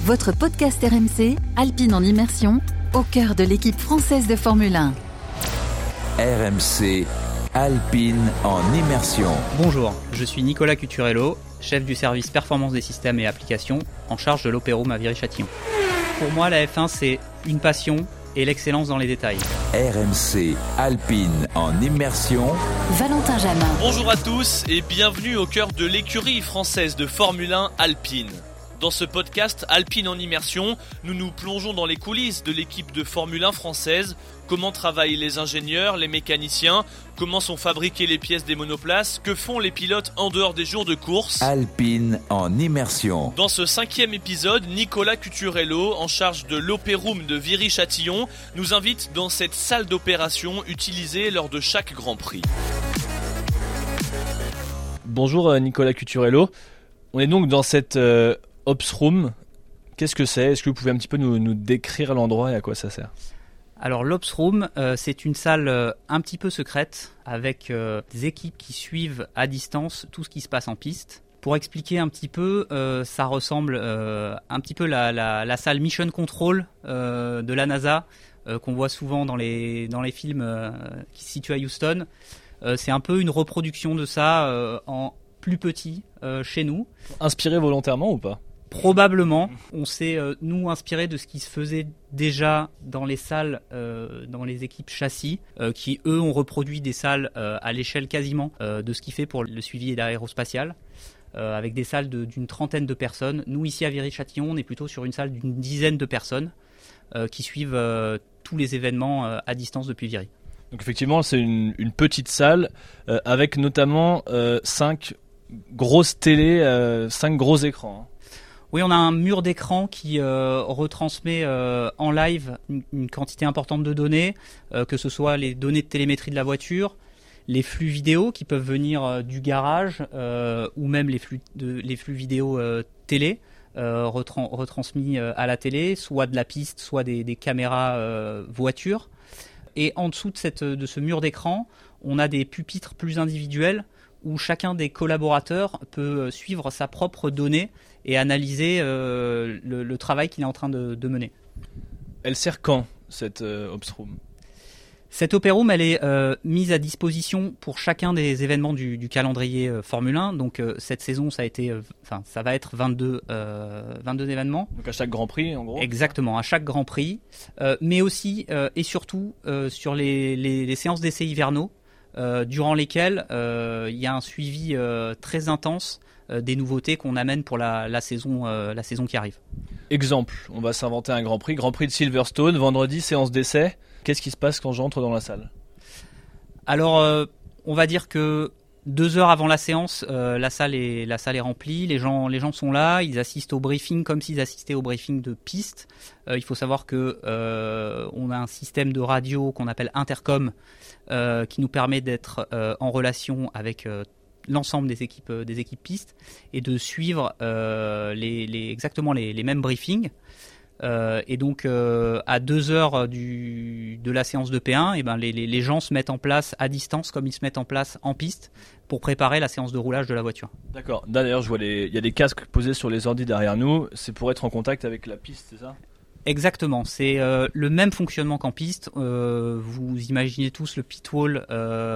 votre podcast RMC, Alpine en immersion, au cœur de l'équipe française de Formule 1. RMC, Alpine en immersion. Bonjour, je suis Nicolas Cuturello, chef du service performance des systèmes et applications, en charge de l'Opérum à Viry-Châtillon. Pour moi, la F1, c'est une passion et l'excellence dans les détails. RMC, Alpine en immersion. Valentin Jamin. Bonjour à tous et bienvenue au cœur de l'écurie française de Formule 1 Alpine. Dans ce podcast Alpine en immersion, nous nous plongeons dans les coulisses de l'équipe de Formule 1 française. Comment travaillent les ingénieurs, les mécaniciens, comment sont fabriquées les pièces des monoplaces, que font les pilotes en dehors des jours de course. Alpine en immersion. Dans ce 5e épisode, Nicolas Cuturello, en charge de l'Opérum de Viry-Châtillon, nous invite dans cette salle d'opération utilisée lors de chaque Grand Prix. Bonjour Nicolas Cuturello, on est donc dans cette Ops Room. Qu'est-ce que c'est ? Est-ce que vous pouvez un petit peu nous décrire l'endroit et à quoi ça sert ? Alors l'Ops Room, c'est une salle un petit peu secrète avec des équipes qui suivent à distance tout ce qui se passe en piste. Pour expliquer un petit peu, ça ressemble un petit peu la salle Mission Control de la NASA qu'on voit souvent dans les films qui se situent à Houston. C'est un peu une reproduction de ça en plus petit chez nous. Inspiré volontairement ou pas ? Probablement, on s'est nous inspiré de ce qui se faisait déjà dans les salles, dans les équipes châssis, qui eux ont reproduit des salles à l'échelle quasiment de ce qui fait pour le suivi d'aérospatial, avec des salles d'une trentaine de personnes. Nous ici à Viry-Châtillon, on est plutôt sur une salle d'une dizaine de personnes qui suivent tous les événements à distance depuis Viry. Donc effectivement, c'est une petite salle avec notamment 5 grosses télés, 5 gros écrans. Oui, on a un mur d'écran qui retransmet en live une quantité importante de données, que ce soit les données de télémétrie de la voiture, les flux vidéo qui peuvent venir du garage, ou même les flux vidéo télé, retransmis à la télé, soit de la piste, soit des caméras voitures. Et en dessous de ce mur d'écran, on a des pupitres plus individuels où chacun des collaborateurs peut suivre sa propre donnée et analyser le travail qu'il est en train de mener. Elle sert quand, cette Ops Room ? Cette Opérum, elle est mise à disposition pour chacun des événements du calendrier Formule 1. Donc cette saison, ça va être 22 événements. Donc à chaque Grand Prix, en gros. Exactement, à chaque Grand Prix, mais aussi et surtout sur les séances d'essais hivernaux, durant lesquelles il y a un suivi très intense des nouveautés qu'on amène pour la saison qui arrive. Exemple, on va s'inventer un Grand Prix de Silverstone, vendredi, séance d'essai. Qu'est-ce qui se passe quand j'entre dans la salle ? Alors, on va dire que 2 heures avant la séance, la salle est remplie, les gens sont là, ils assistent au briefing comme s'ils assistaient au briefing de piste. Il faut savoir que on a un système de radio qu'on appelle intercom qui nous permet d'être en relation avec l'ensemble des équipes pistes et de suivre exactement les mêmes briefings. Et donc à 2 heures de la séance de P1, et ben les gens se mettent en place à distance comme ils se mettent en place en piste pour préparer la séance de roulage de la voiture. D'accord. D'ailleurs, je vois il y a des casques posés sur les ordis derrière nous. C'est pour être en contact avec la piste, c'est ça ? Exactement, c'est le même fonctionnement qu'en piste. Vous imaginez tous le pit wall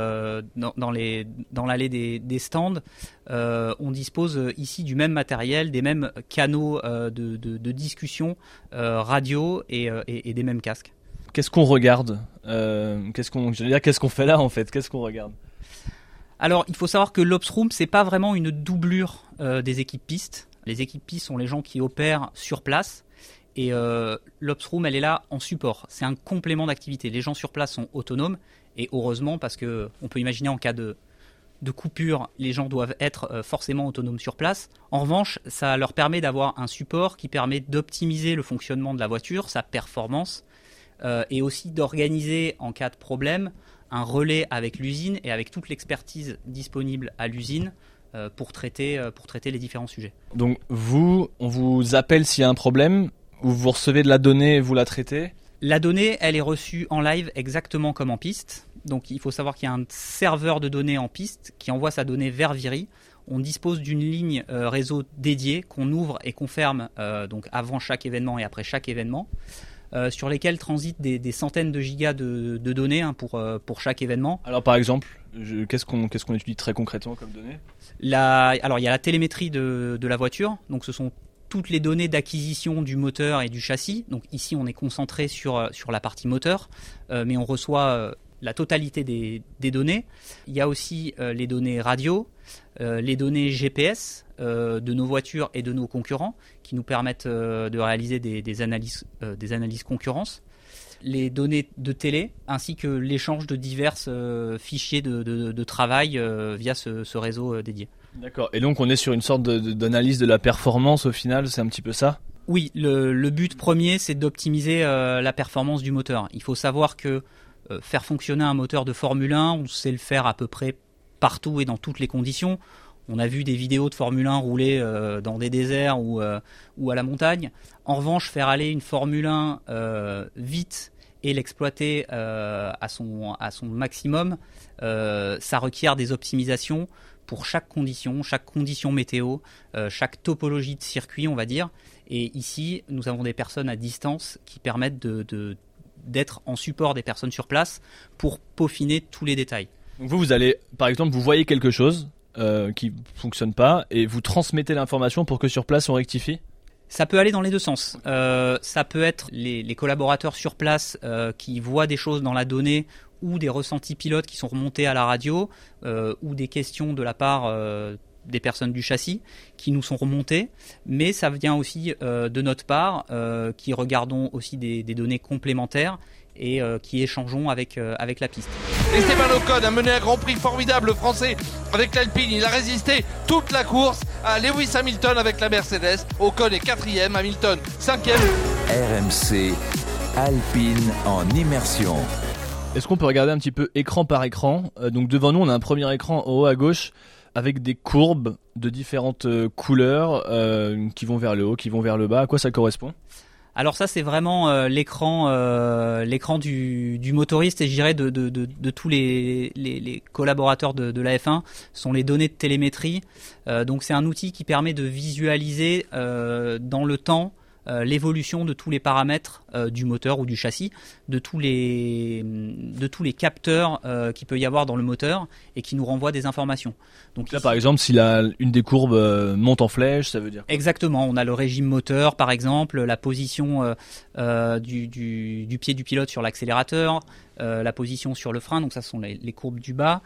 dans l'allée des stands. On dispose ici du même matériel, des mêmes canaux de discussion radio et des mêmes casques. Qu'est-ce qu'on regarde ? Qu'est-ce qu'on fait là en fait ? Qu'est-ce qu'on regarde ? Alors, il faut savoir que l'Ops Room, c'est pas vraiment une doublure des équipes pistes. Les équipes pistes sont les gens qui opèrent sur place. Et l'Ops Room, elle est là en support. C'est un complément d'activité. Les gens sur place sont autonomes. Et heureusement, parce qu'on peut imaginer en cas de coupure, les gens doivent être forcément autonomes sur place. En revanche, ça leur permet d'avoir un support qui permet d'optimiser le fonctionnement de la voiture, sa performance, et aussi d'organiser, en cas de problème, un relais avec l'usine et avec toute l'expertise disponible à l'usine pour traiter les différents sujets. Donc on vous appelle s'il y a un problème, ou vous recevez de la donnée et vous la traitez ? La donnée, elle est reçue en live exactement comme en piste. Donc il faut savoir qu'il y a un serveur de données en piste qui envoie sa donnée vers Viry. on dispose d'une ligne réseau dédiée qu'on ouvre et qu'on ferme donc avant chaque événement et après chaque événement, sur lesquels transitent des centaines de gigas de données pour chaque événement. Alors par exemple, qu'est-ce qu'on étudie très concrètement comme données ? Alors il y a la télémétrie de la voiture, donc ce sont toutes les données d'acquisition du moteur et du châssis. Donc ici on est concentré sur la partie moteur, mais on reçoit la totalité des données. Il y a aussi les données radio, les données GPS de nos voitures et de nos concurrents qui nous permettent de réaliser des analyses concurrence, les données de télé ainsi que l'échange de divers fichiers de travail via ce réseau dédié. D'accord, et donc on est sur une sorte d'analyse de la performance au final, c'est un petit peu ça ? Oui, le but premier c'est d'optimiser la performance du moteur. Il faut savoir que faire fonctionner un moteur de Formule 1, on sait le faire à peu près partout et dans toutes les conditions. On a vu des vidéos de Formule 1 rouler dans des déserts ou à la montagne. En revanche, faire aller une Formule 1 vite et l'exploiter à son maximum, ça requiert des optimisations pour chaque condition météo, chaque topologie de circuit, on va dire. Et ici, nous avons des personnes à distance qui permettent d'être en support des personnes sur place pour peaufiner tous les détails. Donc vous allez, par exemple, vous voyez quelque chose qui fonctionne pas et vous transmettez l'information pour que sur place on rectifie ? Ça peut aller dans les deux sens. Ça peut être les collaborateurs sur place qui voient des choses dans la donnée ou des ressentis pilotes qui sont remontés à la radio ou des questions de la part des personnes du châssis qui nous sont remontées, mais ça vient aussi de notre part qui regardons aussi des données complémentaires et qui échangeons avec la piste. Esteban Ocon a mené un Grand Prix formidable français avec l'Alpine. Il a résisté toute la course à Lewis Hamilton avec la Mercedes. Ocon est 4e, Hamilton 5e. RMC Alpine en immersion. Est-ce qu'on peut regarder un petit peu écran par écran ? Donc devant nous, on a un premier écran en haut à gauche avec des courbes de différentes couleurs qui vont vers le haut, qui vont vers le bas. À quoi ça correspond ? Alors ça c'est vraiment l'écran du motoriste et je dirais de tous les collaborateurs de la F1 sont les données de télémétrie. Donc c'est un outil qui permet de visualiser dans le temps l'évolution de tous les paramètres du moteur ou du châssis, de tous les capteurs qu'il peut y avoir dans le moteur et qui nous renvoient des informations. Donc là, par exemple, si une des courbes monte en flèche, ça veut dire quoi ? Exactement. On a le régime moteur, par exemple, la position du pied du pilote sur l'accélérateur, la position sur le frein. Donc ça, ce sont les courbes du bas.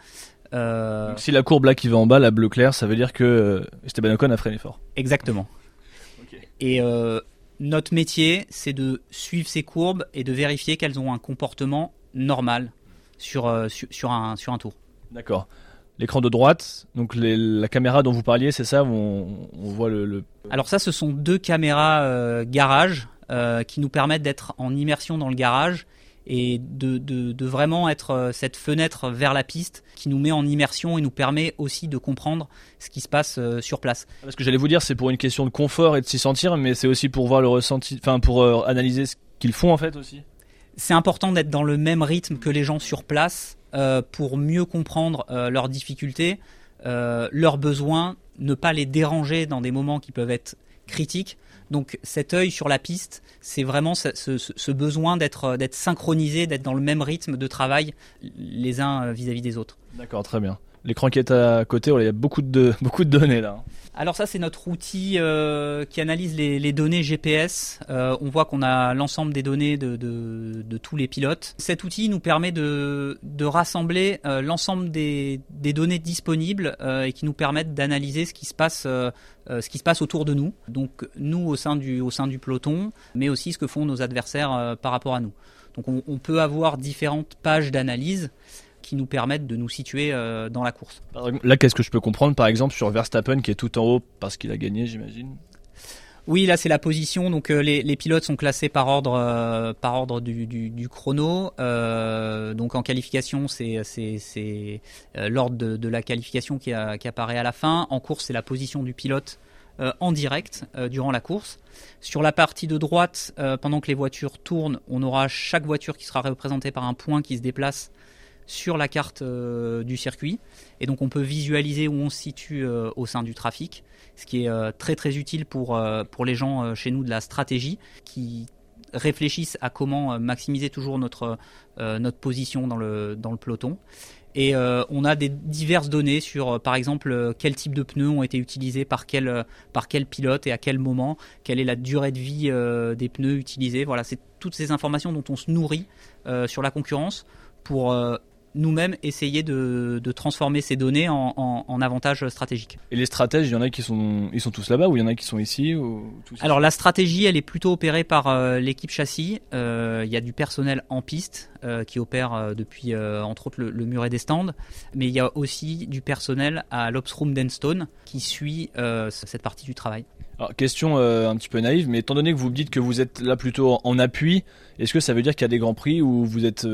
Donc si la courbe là qui va en bas, la bleu clair, ça veut dire que Esteban Ocon a freiné fort. Exactement. Okay. Et notre métier, c'est de suivre ces courbes et de vérifier qu'elles ont un comportement normal sur un tour. D'accord. L'écran de droite, donc la caméra dont vous parliez, c'est ça, on voit le... Alors ça, ce sont 2 caméras garage qui nous permettent d'être en immersion dans le garage et de vraiment être cette fenêtre vers la piste qui nous met en immersion et nous permet aussi de comprendre ce qui se passe sur place. Parce que j'allais vous dire, c'est pour une question de confort et de s'y sentir, mais c'est aussi pour voir le ressenti, enfin pour analyser ce qu'ils font en fait aussi. C'est important d'être dans le même rythme que les gens sur place pour mieux comprendre leurs difficultés, leurs besoins, ne pas les déranger dans des moments qui peuvent être critiques. Donc cet œil sur la piste, c'est vraiment ce besoin d'être synchronisé, d'être dans le même rythme de travail les uns vis-à-vis des autres. D'accord, très bien. L'écran qui est à côté, il y a beaucoup de données là. Alors ça, c'est notre outil qui analyse les données GPS. On voit qu'on a l'ensemble des données de tous les pilotes. Cet outil nous permet de rassembler l'ensemble des données disponibles et qui nous permettent d'analyser ce qui se passe autour de nous. Donc nous au sein du peloton, mais aussi ce que font nos adversaires par rapport à nous. Donc on peut avoir différentes pages d'analyse qui nous permettent de nous situer dans la course. Là, qu'est-ce que je peux comprendre, par exemple, sur Verstappen qui est tout en haut parce qu'il a gagné, j'imagine ? Oui, là c'est la position. Donc les pilotes sont classés par ordre du chrono. Donc en qualification, c'est l'ordre de la qualification qui apparaît à la fin. En course, c'est la position du pilote en direct durant la course. Sur la partie de droite, pendant que les voitures tournent, on aura chaque voiture qui sera représentée par un point qui se déplace sur la carte du circuit, et donc on peut visualiser où on se situe au sein du trafic, ce qui est très très utile pour les gens chez nous de la stratégie qui réfléchissent à comment maximiser toujours notre position dans le peloton. Et on a des diverses données sur, par exemple, quel type de pneus ont été utilisés par quel pilote et à quel moment, quelle est la durée de vie des pneus utilisés. Voilà, c'est toutes ces informations dont on se nourrit sur la concurrence pour nous-mêmes essayer de transformer ces données en avantages stratégiques. Et les stratèges, il y en a ils sont tous là-bas ou il y en a qui sont ici ou tous ici? Alors la stratégie, elle est plutôt opérée par l'équipe châssis. Il y a du personnel en piste qui opère depuis entre autres le muret des stands, mais il y a aussi du personnel à l'Ops Room d'Enstone qui suit cette partie du travail. Alors, question un petit peu naïve, mais étant donné que vous me dites que vous êtes là plutôt en appui, est-ce que ça veut dire qu'il y a des grands prix où vous êtes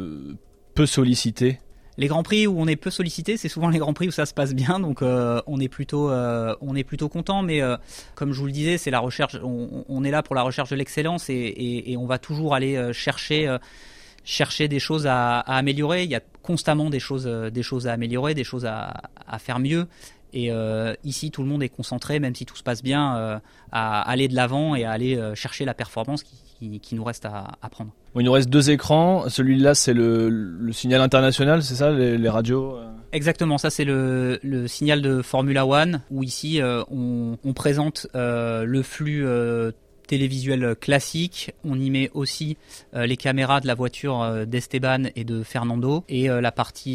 peu sollicité? Les grands prix où on est peu sollicité, c'est souvent les grands prix où ça se passe bien, donc on est plutôt content. Mais comme je vous le disais, c'est la recherche. On est là pour la recherche de l'excellence et on va toujours aller chercher des choses à améliorer. Il y a constamment des choses à améliorer, des choses à faire mieux. Et ici, tout le monde est concentré, même si tout se passe bien, à aller de l'avant et à aller chercher la performance qui nous reste à prendre. Bon, il nous reste 2 écrans. Celui-là, c'est le signal international, c'est ça, les radios Exactement, ça c'est le signal de Formula One, où ici on présente le flux télévisuel classique. On y met aussi les caméras de la voiture d'Esteban et de Fernando et la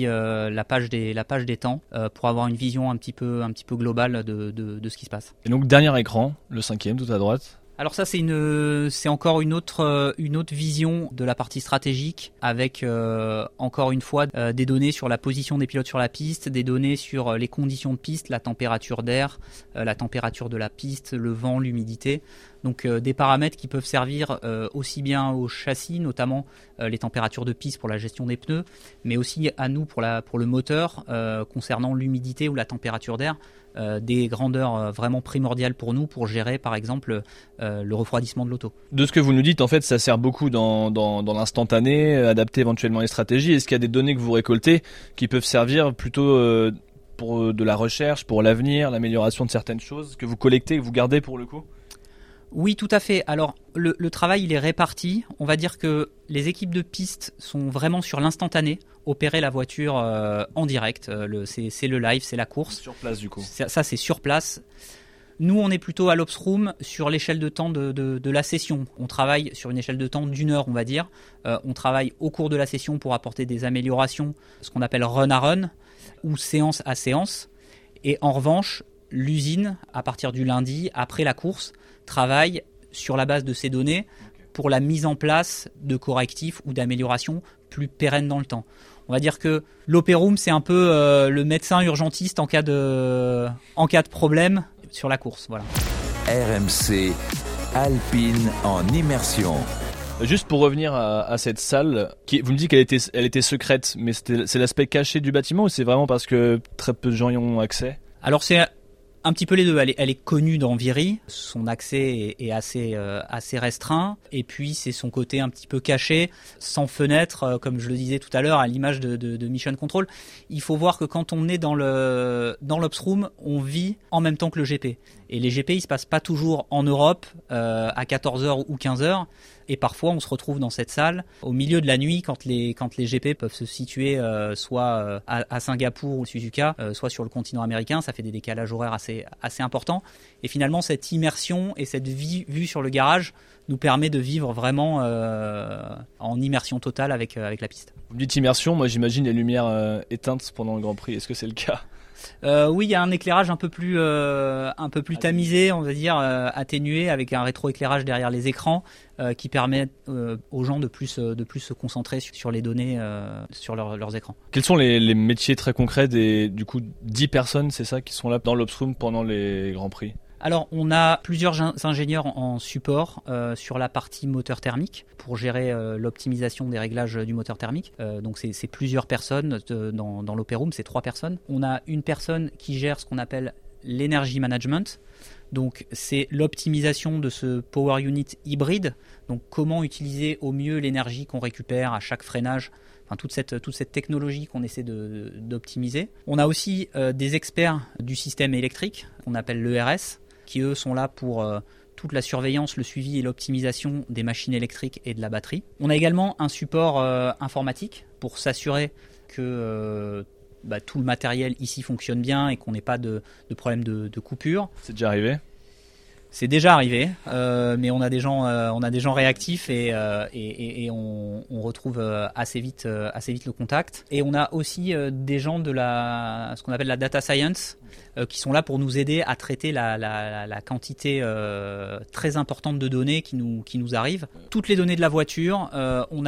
page des temps pour avoir une vision un petit peu globale de ce qui se passe. Et donc dernier écran, le 5e tout à droite. Alors ça c'est encore une autre vision de la partie stratégique avec encore une fois des données sur la position des pilotes sur la piste, des données sur les conditions de piste, la température d'air, la température de la piste, le vent, l'humidité. Donc des paramètres qui peuvent servir aussi bien au châssis, notamment les températures de piste pour la gestion des pneus, mais aussi à nous pour le moteur concernant l'humidité ou la température d'air. Des grandeurs vraiment primordiales pour nous pour gérer par exemple le refroidissement de l'auto. De ce que vous nous dites, en fait, ça sert beaucoup dans l'instantané, adapter éventuellement les stratégies. Est-ce qu'il y a des données que vous récoltez qui peuvent servir plutôt pour de la recherche, pour l'avenir, l'amélioration de certaines choses que vous collectez et que vous gardez pour le coup ? Oui, tout à fait. Alors, le travail, il est réparti. On va dire que les équipes de piste sont vraiment sur l'instantané, opérer la voiture en direct. C'est le live, c'est la course. Sur place, du coup. Ça, c'est sur place. Nous, on est plutôt à l'Ops Room sur l'échelle de temps de la session. On travaille sur une échelle de temps d'1 heure, on va dire. On travaille au cours de la session pour apporter des améliorations, ce qu'on appelle run à run ou séance à séance. Et en revanche, l'usine, à partir du lundi, après la course, travaille sur la base de ces données pour la mise en place de correctifs ou d'améliorations plus pérennes dans le temps. On va dire que l'Opéroom, c'est un peu le médecin urgentiste en cas de problème sur la course. Voilà. RMC Alpine en immersion. Juste pour revenir à cette salle, vous me dites qu'elle était secrète, mais c'est l'aspect caché du bâtiment ou c'est vraiment parce que très peu de gens y ont accès ? Alors c'est un petit peu les deux. Elle est connue dans Viry. Son accès est assez restreint. Et puis, c'est son côté un petit peu caché, sans fenêtre, comme je le disais tout à l'heure, à l'image de Mission Control. Il faut voir que quand on est dans l'Ops Room, on vit en même temps que le GP. Et les GP, ils se passent pas toujours en Europe, à 14h ou 15h. Et parfois, on se retrouve dans cette salle au milieu de la nuit quand les GP peuvent se situer soit à Singapour ou Suzuka, soit sur le continent américain. Ça fait des décalages horaires assez importants. Et finalement, cette immersion et cette vue sur le garage nous permet de vivre vraiment en immersion totale avec la piste. Vous me dites immersion, moi j'imagine les lumières éteintes pendant le Grand Prix. Est-ce que c'est le cas ? Oui, il y a un éclairage un peu plus tamisé, on va dire, atténué, avec un rétroéclairage derrière les écrans qui permet aux gens de plus se concentrer sur les données sur leurs écrans. Quels sont les métiers très concrets des 10 personnes, c'est ça, qui sont là dans l'Ops Room pendant les Grands Prix ? Alors, on a plusieurs ingénieurs en support sur la partie moteur thermique pour gérer l'optimisation des réglages du moteur thermique. Donc, c'est plusieurs personnes dans l'Opéroom, c'est 3 personnes. On a une personne qui gère ce qu'on appelle l'energy management. Donc, c'est l'optimisation de ce power unit hybride. Donc, comment utiliser au mieux l'énergie qu'on récupère à chaque freinage toute cette technologie qu'on essaie d'optimiser. On a aussi des experts du système électrique qu'on appelle l'ERS, qui eux sont là pour toute la surveillance, le suivi et l'optimisation des machines électriques et de la batterie. On a également un support informatique pour s'assurer que tout le matériel ici fonctionne bien et qu'on n'ait pas de problème de coupure. C'est déjà arrivé ? C'est déjà arrivé, mais on a des gens réactifs et on retrouve assez vite le contact. Et on a aussi des gens de ce qu'on appelle la data science qui sont là pour nous aider à traiter la quantité très importante de données qui nous arrivent. Toutes les données de la voiture, on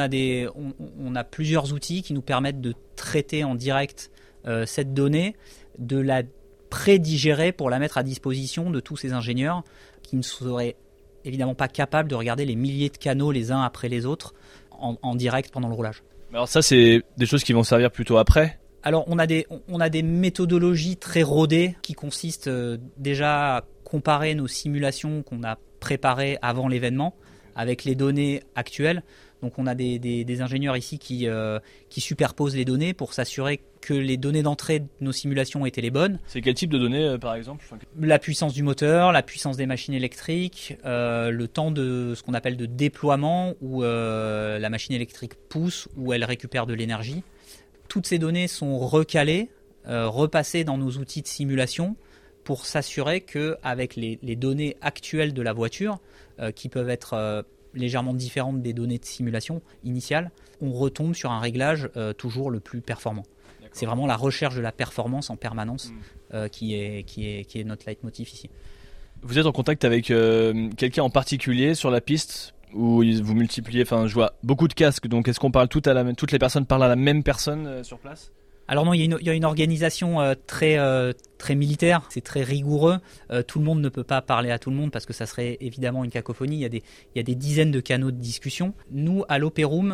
a plusieurs outils qui nous permettent de traiter en direct cette donnée, de la prédigérer pour la mettre à disposition de tous ces ingénieurs qui ne seraient évidemment pas capables de regarder les milliers de canaux les uns après les autres en direct pendant le roulage. Alors ça, c'est des choses qui vont servir plutôt après ? Alors on a des méthodologies très rodées qui consistent déjà à comparer nos simulations qu'on a préparées avant l'événement avec les données actuelles. Donc on a des ingénieurs ici qui superposent les données pour s'assurer que les données d'entrée de nos simulations étaient les bonnes. C'est quel type de données par exemple ? La puissance du moteur, la puissance des machines électriques, le temps de ce qu'on appelle de déploiement où la machine électrique pousse, où elle récupère de l'énergie. Toutes ces données sont recalées, repassées dans nos outils de simulation pour s'assurer qu'avec les données actuelles de la voiture, qui peuvent être légèrement différentes des données de simulation initiales, on retombe sur un réglage toujours le plus performant. D'accord. C'est vraiment la recherche de la performance en permanence qui est notre leitmotiv ici. Vous êtes en contact avec quelqu'un en particulier sur la piste où vous multipliez, je vois beaucoup de casques, donc est-ce qu'on parle toutes les personnes parlent à la même personne sur place ? Alors non, il y a une organisation très militaire, c'est très rigoureux. Tout le monde ne peut pas parler à tout le monde parce que ça serait évidemment une cacophonie. Il y a des dizaines de canaux de discussion. Nous, à l'Opérum,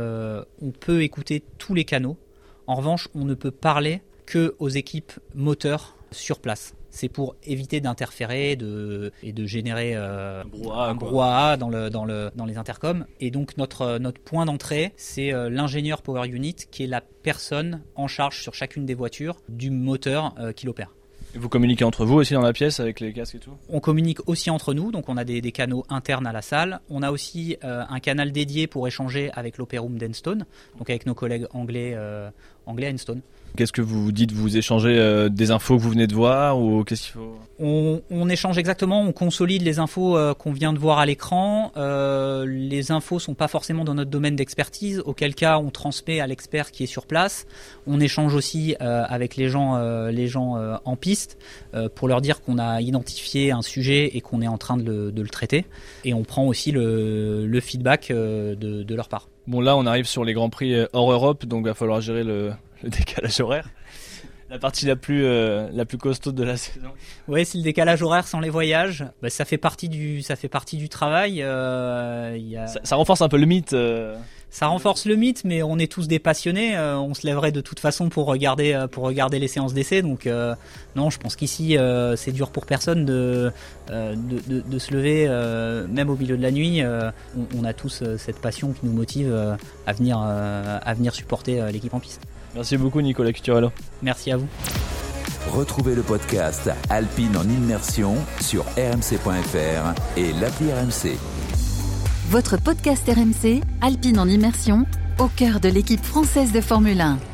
on peut écouter tous les canaux. En revanche, on ne peut parler que aux équipes moteurs sur place. C'est pour éviter d'interférer et de générer un brouhaha dans les intercoms. Et donc notre point d'entrée, c'est l'ingénieur Power Unit qui est la personne en charge sur chacune des voitures du moteur qui l'opère. Et vous communiquez entre vous aussi dans la pièce avec les casques et tout ? On communique aussi entre nous, donc on a des canaux internes à la salle. On a aussi un canal dédié pour échanger avec l'Opérum d'Enstone, donc avec nos collègues anglais à Enstone. Qu'est-ce que vous dites ? Vous échangez des infos que vous venez de voir ou qu'est-ce qu'il faut ? On échange exactement, on consolide les infos qu'on vient de voir à l'écran. Les infos sont pas forcément dans notre domaine d'expertise, auquel cas on transmet à l'expert qui est sur place. On échange aussi avec les gens en piste pour leur dire qu'on a identifié un sujet et qu'on est en train de le traiter. Et on prend aussi le feedback de leur part. Bon, là on arrive sur les Grands Prix hors Europe, donc il va falloir gérer le décalage horaire. La partie la plus costaud de la saison. Oui, c'est le décalage horaire sans les voyages. Ça fait partie du travail. Ça renforce un peu le mythe. Ça renforce le mythe, mais on est tous des passionnés. On se lèverait de toute façon pour regarder les séances d'essai. Donc non, je pense qu'ici c'est dur pour personne de se lever, même au milieu de la nuit. On a tous cette passion qui nous motive à venir supporter l'équipe en piste. Merci beaucoup Nicolas Cuturello. Merci à vous. Retrouvez le podcast Alpine en immersion sur rmc.fr et l'appli RMC. Votre podcast RMC, Alpine en immersion, au cœur de l'équipe française de Formule 1.